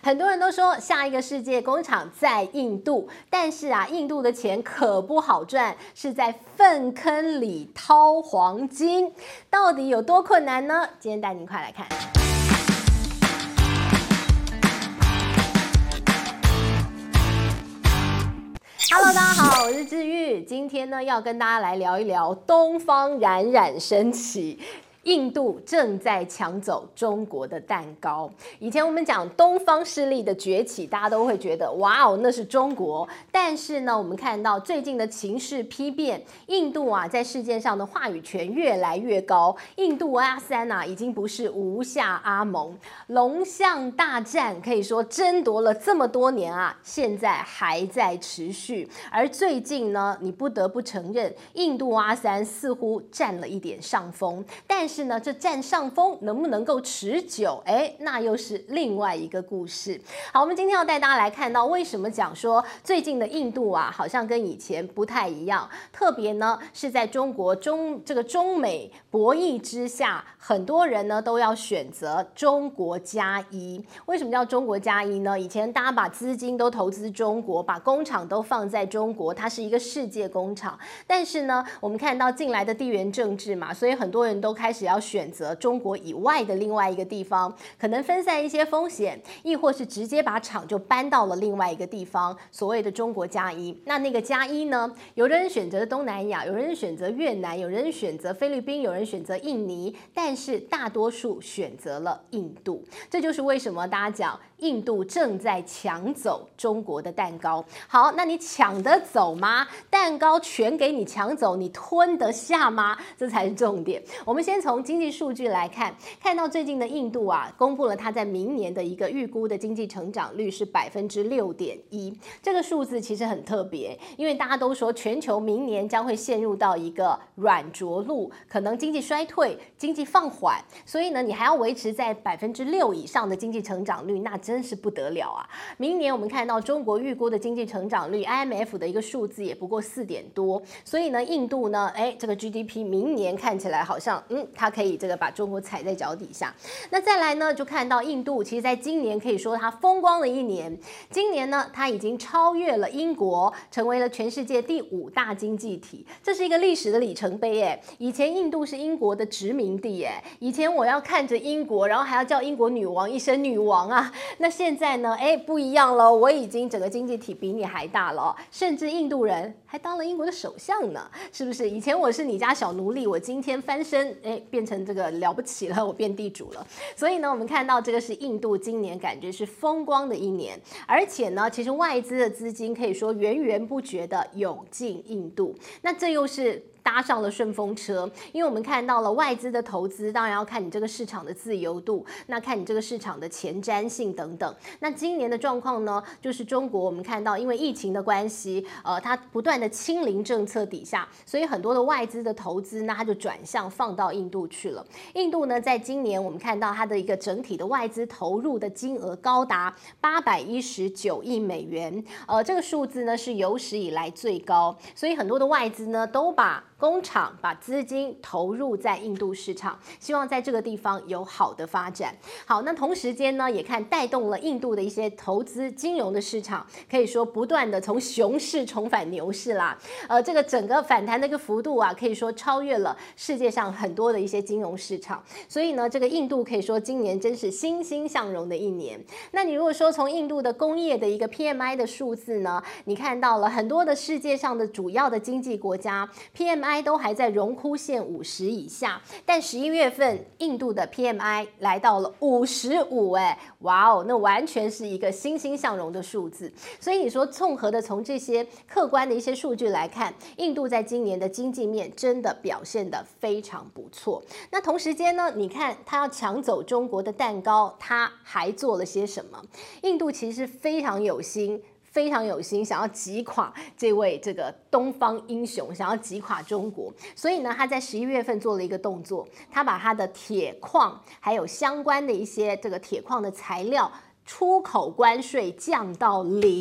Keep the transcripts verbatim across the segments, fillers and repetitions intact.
很多人都说下一个世界工厂在印度，但是啊，印度的钱可不好赚，是在粪坑里掏黄金，到底有多困难呢？今天带您快来看。Hello， 大家好，我是志玉，今天呢要跟大家来聊一聊东方冉冉升起。印度正在抢走中国的蛋糕。以前我们讲东方势力的崛起，大家都会觉得哇哦，那是中国。但是呢，我们看到最近的情势批变，印度啊在世界上的话语权越来越高。印度阿三啊已经不是无下阿蒙，龙象大战可以说争夺了这么多年啊，现在还在持续。而最近呢，你不得不承认，印度阿三似乎占了一点上风，但是。但是呢，这占上风能不能够持久？哎，那又是另外一个故事。好，我们今天要带大家来看到，为什么讲说最近的印度啊，好像跟以前不太一样。特别呢，是在中国中这个中美博弈之下，很多人呢都要选择中国加一。为什么叫中国加一呢？以前大家把资金都投资中国，把工厂都放在中国，它是一个世界工厂。但是呢，我们看到近来的地缘政治嘛，所以很多人都开始。要选择中国以外的另外一个地方，可能分散一些风险，亦或是直接把厂就搬到了另外一个地方。所谓的中国加一，那那个加一呢？有人选择东南亚，有人选择越南，有人选择菲律宾，有人选择印尼，但是大多数选择了印度。这就是为什么大家讲印度正在抢走中国的蛋糕。好，那你抢得走吗？蛋糕全给你抢走，你吞得下吗？这才是重点。我们先从从经济数据来看，看到最近的印度啊，公布了它在明年的一个预估的经济成长率是百分之六点一。这个数字其实很特别，因为大家都说全球明年将会陷入到一个软着陆，可能经济衰退、经济放缓，所以呢，你还要维持在百分之六以上的经济成长率，那真是不得了啊！明年我们看到中国预估的经济成长率 ，I M F 的一个数字也不过四点多，所以呢，印度呢，哎，这个 G D P 明年看起来好像嗯。它可以这个把中国踩在脚底下。那再来呢，就看到印度，其实在今年可以说它风光的一年。今年呢，它已经超越了英国，成为了全世界第五大经济体。这是一个历史的里程碑耶！以前印度是英国的殖民地耶，以前我要看着英国，然后还要叫英国女王一声女王啊。那现在呢，哎，不一样了，我已经整个经济体比你还大了，甚至印度人还当了英国的首相呢，是不是？以前我是你家小奴隶，我今天翻身，哎。变成这个了不起了，我变地主了。所以呢，我们看到这个是印度今年感觉是风光的一年，而且呢，其实外资的资金可以说源源不绝的涌进印度，那这又是。搭上了顺风车，因为我们看到了外资的投资，当然要看你这个市场的自由度，那看你这个市场的前瞻性等等。那今年的状况呢，就是中国我们看到，因为疫情的关系，呃，它不断的清零政策底下，所以很多的外资的投资，那它就转向放到印度去了。印度呢，在今年我们看到它的一个整体的外资投入的金额高达八百一十九亿美元，呃，这个数字呢是有史以来最高，所以很多的外资呢都把工厂把资金投入在印度市场，希望在这个地方有好的发展。好，那同时间呢，也看带动了印度的一些投资金融的市场，可以说不断的从熊市重返牛市啦。呃，这个整个反弹的一个幅度啊，可以说超越了世界上很多的一些金融市场。所以呢，这个印度可以说今年真是欣欣向荣的一年。那你如果说从印度的工业的一个 P M I 的数字呢，你看到了很多的世界上的主要的经济国家 P M I。都还在荣枯线五十以下，但十一月份印度的 P M I 来到了五十五，哎，哇哦，那完全是一个欣欣向荣的数字。所以你说，综合的从这些客观的一些数据来看，印度在今年的经济面真的表现得非常不错。那同时间呢，你看他要抢走中国的蛋糕，他还做了些什么？印度其实非常有心。非常有心，想要击垮这位这个东方英雄，想要击垮中国。所以呢，他在十一月份做了一个动作，他把他的铁矿还有相关的一些这个铁矿的材料出口关税降到零。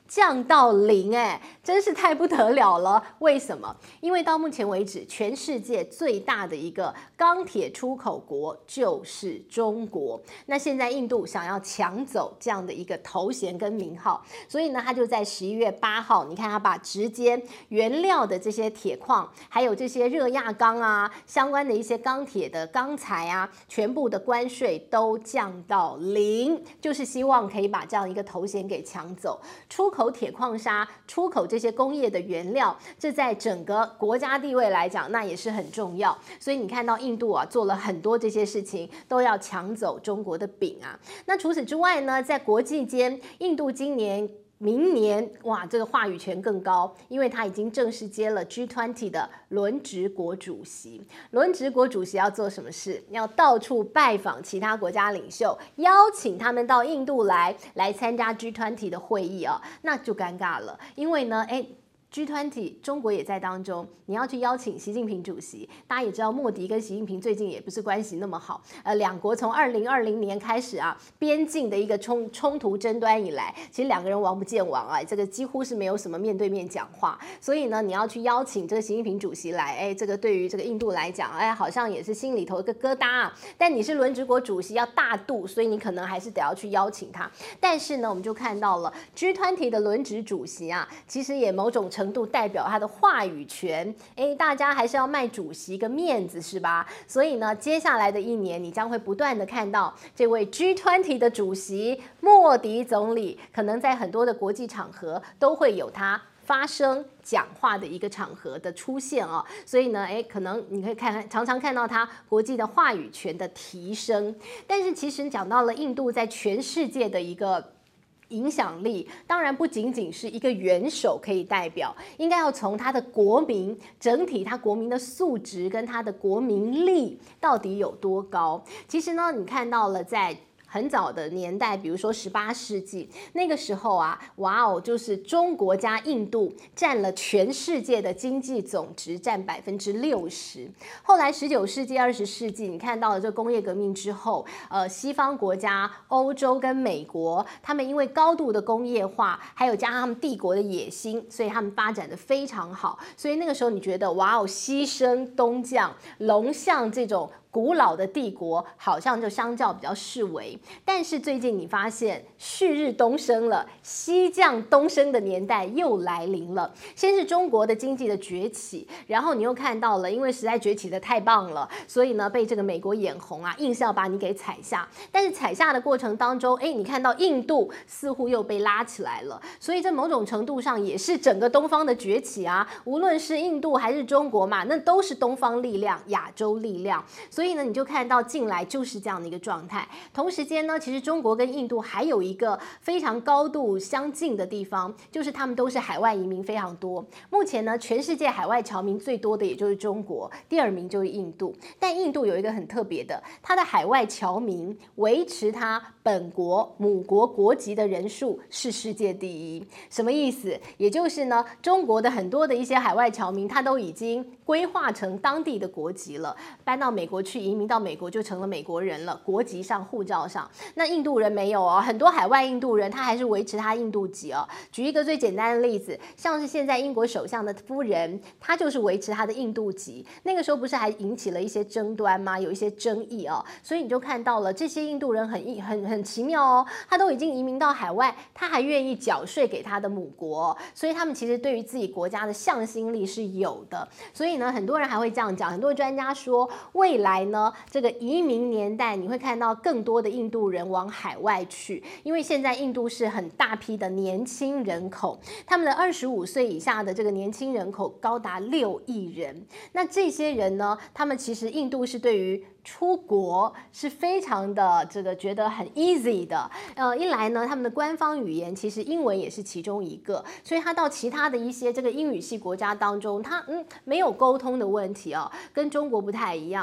降到零，哎，真是太不得了了。为什么？因为到目前为止，全世界最大的一个钢铁出口国就是中国。那现在印度想要抢走这样的一个头衔跟名号，所以呢，他就在十一月八号，你看他把直接原料的这些铁矿，还有这些热轧钢啊，相关的一些钢铁的钢材啊，全部的关税都降到零，就是希望可以把这样一个头衔给抢走。出口铁矿砂，出口这些工业的原料，这在整个国家地位来讲，那也是很重要。所以你看到印度啊，做了很多这些事情，都要抢走中国的饼啊。那除此之外呢，在国际间，印度今年。明年哇，这个话语权更高，因为他已经正式接了 G 二十 的轮值国主席。轮值国主席要做什么事？要到处拜访其他国家领袖，邀请他们到印度来，来参加 G 二十 的会议啊，那就尴尬了，因为呢，哎。G 二十 中国也在当中，你要去邀请习近平主席，大家也知道莫迪跟习近平最近也不是关系那么好，呃，两国从二零二零年开始啊，边境的一个冲冲突争端以来，其实两个人王不见王啊，这个几乎是没有什么面对面讲话，所以呢，你要去邀请这个习近平主席来，哎，这个对于这个印度来讲，哎，好像也是心里头一个疙瘩啊。但你是轮值国主席，要大度，所以你可能还是得要去邀请他。但是呢，我们就看到了 G 二十 的轮值主席啊，其实也某种程度代表他的话语权，哎，大家还是要卖主席一个面子，是吧？所以呢，接下来的一年，你将会不断的看到这位 G 二十 的主席莫迪总理，可能在很多的国际场合都会有他发声讲话的一个场合的出现哦。所以呢，哎，可能你可以看常常看到他国际的话语权的提升。但是其实讲到了印度在全世界的一个影响力，当然不仅仅是一个元首可以代表，应该要从他的国民整体，他国民的素质跟他的国民力到底有多高。其实呢，你看到了在很早的年代，比如说十八世纪那个时候啊，哇哦，就是中国加印度占了全世界的经济总值，占百分之六十。后来十九世纪、二十世纪，你看到了这工业革命之后，呃，西方国家、欧洲跟美国，他们因为高度的工业化，还有加上他们帝国的野心，所以他们发展的非常好。所以那个时候你觉得，哇哦，西升东降，龙象这种古老的帝国好像就相较比较式微，但是最近你发现旭日东升了，西降东升的年代又来临了。先是中国的经济的崛起，然后你又看到了，因为实在崛起的太棒了，所以呢被这个美国眼红啊，硬是要把你给踩下。但是踩下的过程当中，哎，你看到印度似乎又被拉起来了，所以在某种程度上也是整个东方的崛起啊。无论是印度还是中国嘛，那都是东方力量、亚洲力量。所以呢，你就看到近来就是这样的一个状态。同时间呢，其实中国跟印度还有一个非常高度相近的地方，就是他们都是海外移民非常多。目前呢，全世界海外侨民最多的也就是中国，第二名就是印度。但印度有一个很特别的，它的海外侨民维持它本国母国国籍的人数是世界第一。什么意思？也就是呢，中国的很多的一些海外侨民，他都已经规划成当地的国籍了，搬到美国去移民到美国就成了美国人了，国籍上、护照上。那印度人没有哦，很多海外印度人他还是维持他印度籍哦。举一个最简单的例子，像是现在英国首相的夫人，她就是维持她的印度籍。那个时候不是还引起了一些争端吗？有一些争议哦，所以你就看到了这些印度人很很很奇妙哦，他都已经移民到海外，他还愿意缴税给他的母国哦，所以他们其实对于自己国家的向心力是有的。所以呢，很多人还会这样讲，很多专家说，未来呢，这个移民年代你会看到更多的印度人往海外去，因为现在印度是很大批的年轻人口，他们的二十五岁以下的这个年轻人口高达六亿人。那这些人呢，他们其实印度是对于出国是非常的这个觉得很 easy 的，呃，一来呢，他们的官方语言其实英文也是其中一个，所以他到其他的一些这个英语系国家当中，他嗯没有沟通的问题哦，跟中国不太一样。那中国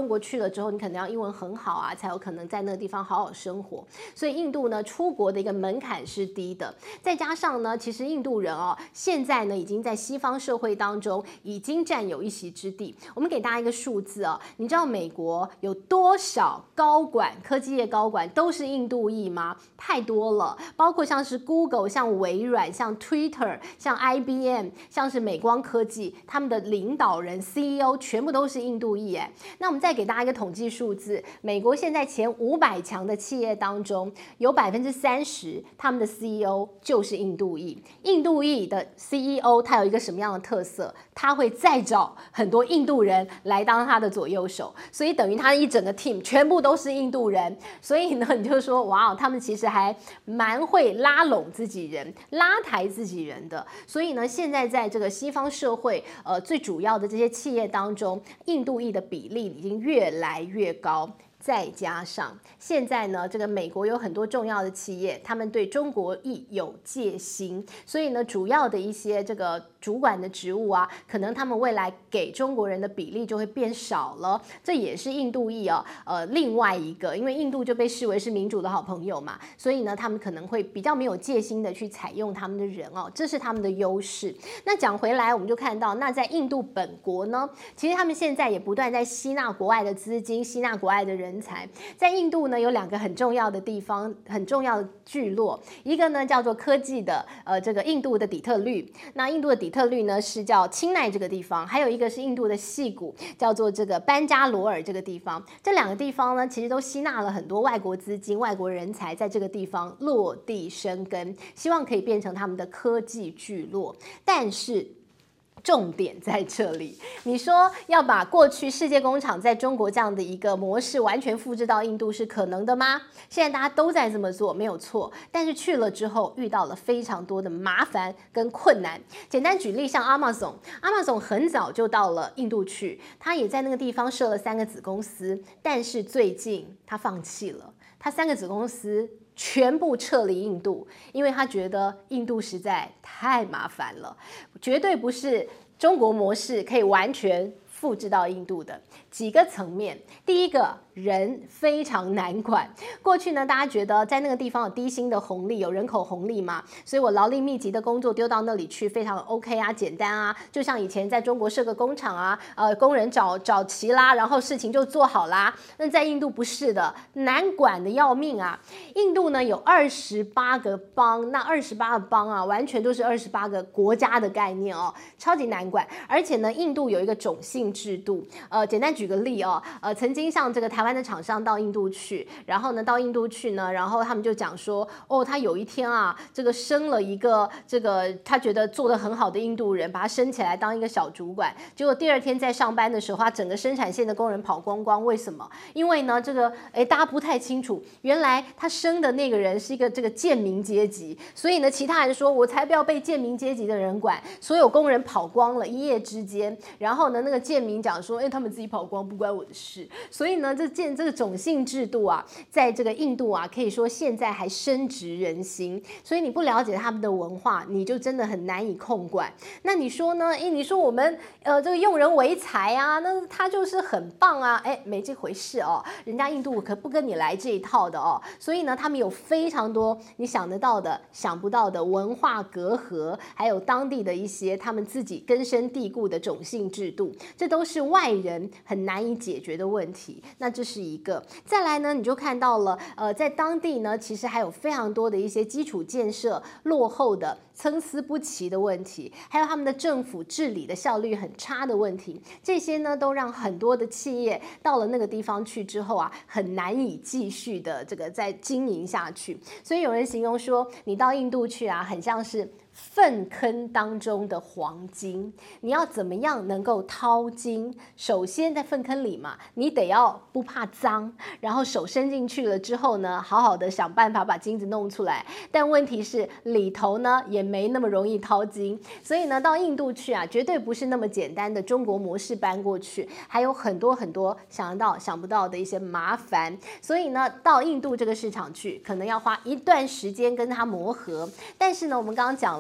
国去了之后，你可能要英文很好啊，才有可能在那个地方好好生活。所以印度呢，出国的一个门槛是低的。再加上呢，其实印度人哦，现在呢已经在西方社会当中已经占有一席之地。我们给大家一个数字哦，你知道美国有多少高管、科技业高管都是印度裔吗？太多了，包括像是 Google、像微软、像 Twitter、像 I B M、像是美光科技，他们的领导人 C E O 全部都是印度裔哎。那我们再给大家一个统计数字，美国现在前五百强的企业当中，有百分之三十他们的 C E O 就是印度裔。印度裔的 C E O 他有一个什么样的特色？他会再找很多印度人来当他的左右手，所以等于他一整个 team 全部都是印度人。所以呢，你就说哇，他们其实还蛮会拉拢自己人、拉抬自己人的。所以呢，现在在这个西方社会，呃，最主要的这些企业当中，印度裔的比例已经越来越高。再加上现在呢，这个美国有很多重要的企业，他们对中国裔有戒心，所以呢，主要的一些这个主管的职务啊，可能他们未来给中国人的比例就会变少了。这也是印度裔哦，呃，另外一个，因为印度就被视为是民主的好朋友嘛，所以呢，他们可能会比较没有戒心的去采用他们的人哦，这是他们的优势。那讲回来，我们就看到，那在印度本国呢，其实他们现在也不断在吸纳国外的资金，吸纳国外的人。人才在印度呢，有两个很重要的地方，很重要的聚落，一个呢叫做科技的呃这个印度的底特律，那印度的底特律呢是叫钦奈这个地方，还有一个是印度的矽谷，叫做这个班加罗尔这个地方。这两个地方呢，其实都吸纳了很多外国资金、外国人才，在这个地方落地生根，希望可以变成他们的科技聚落，但是。重点在这里，你说要把过去世界工厂在中国这样的一个模式完全复制到印度是可能的吗？现在大家都在这么做，没有错。但是去了之后遇到了非常多的麻烦跟困难。简单举例，像 Amazon，Amazon 很早就到了印度去，他也在那个地方设了三个子公司，但是最近他放弃了，他三个子公司全部撤离印度，因为他觉得印度实在太麻烦了，绝对不是中国模式可以完全复制到印度的。几个层面，第一个，人非常难管。过去呢，大家觉得在那个地方有低薪的红利，有人口红利嘛，所以我劳力密集的工作丢到那里去非常 OK 啊，简单啊，就像以前在中国设个工厂啊，呃，工人找找齐啦，然后事情就做好啦。那在印度不是的，难管的要命啊。印度呢有二十八个邦，那二十八个邦啊，完全都是二十八个国家的概念哦，超级难管。而且呢，印度有一个种姓制度，呃，简单举个例哦，呃，曾经像这个台湾的厂商到印度去，然后呢，到印度去呢，然后他们就讲说，哦，他有一天啊，这个生了一个这个他觉得做得很好的印度人，把他升起来当一个小主管，结果第二天在上班的时候，他整个生产线的工人跑光光，为什么？因为呢，这个哎，大家不太清楚，原来他生的那个人是一个这个贱民阶级，所以呢，其他人说我才不要被贱民阶级的人管，所有工人跑光了，一夜之间，然后呢，那个贱民讲说，哎，他们自己跑光，不关我的事。所以呢，这建这个种姓制度啊，在这个印度啊，可以说现在还深植人心。所以你不了解他们的文化，你就真的很难以控管。那你说呢？哎，你说我们呃这个用人为才啊，那他就是很棒啊，哎，没这回事哦。人家印度可不跟你来这一套的哦。所以呢，他们有非常多你想得到的、想不到的文化隔阂，还有当地的一些他们自己根深蒂固的种姓制度，这都是外人很难以解决的问题。那这是一个。再来呢，你就看到了，呃，在当地呢，其实还有非常多的一些基础建设落后的、参差不齐的问题，还有他们的政府治理的效率很差的问题，这些呢，都让很多的企业到了那个地方去之后啊，很难以继续的这个再经营下去。所以有人形容说，你到印度去啊，很像是粪坑当中的黄金，你要怎么样能够掏金？首先在粪坑里嘛，你得要不怕脏，然后手伸进去了之后呢，好好的想办法把金子弄出来。但问题是里头呢也没那么容易掏金，所以呢到印度去啊，绝对不是那么简单的中国模式搬过去，还有很多很多想得到想不到的一些麻烦。所以呢到印度这个市场去，可能要花一段时间跟它磨合。但是呢，我们刚刚讲了。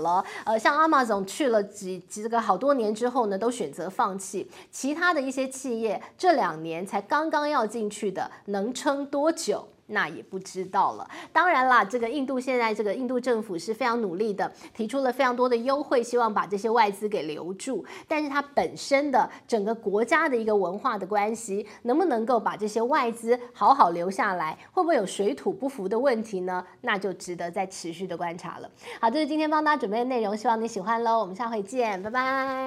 了。呃，像 Amazon 去了几几这个好多年之后呢，都选择放弃。其他的一些企业这两年才刚刚要进去的，能撑多久？那也不知道了。当然啦，这个印度现在这个印度政府是非常努力的，提出了非常多的优惠，希望把这些外资给留住。但是它本身的整个国家的一个文化的关系，能不能够把这些外资好好留下来，会不会有水土不服的问题呢？那就值得再持续的观察了。好，这是今天帮大家准备的内容，希望你喜欢喽。我们下回见，拜拜。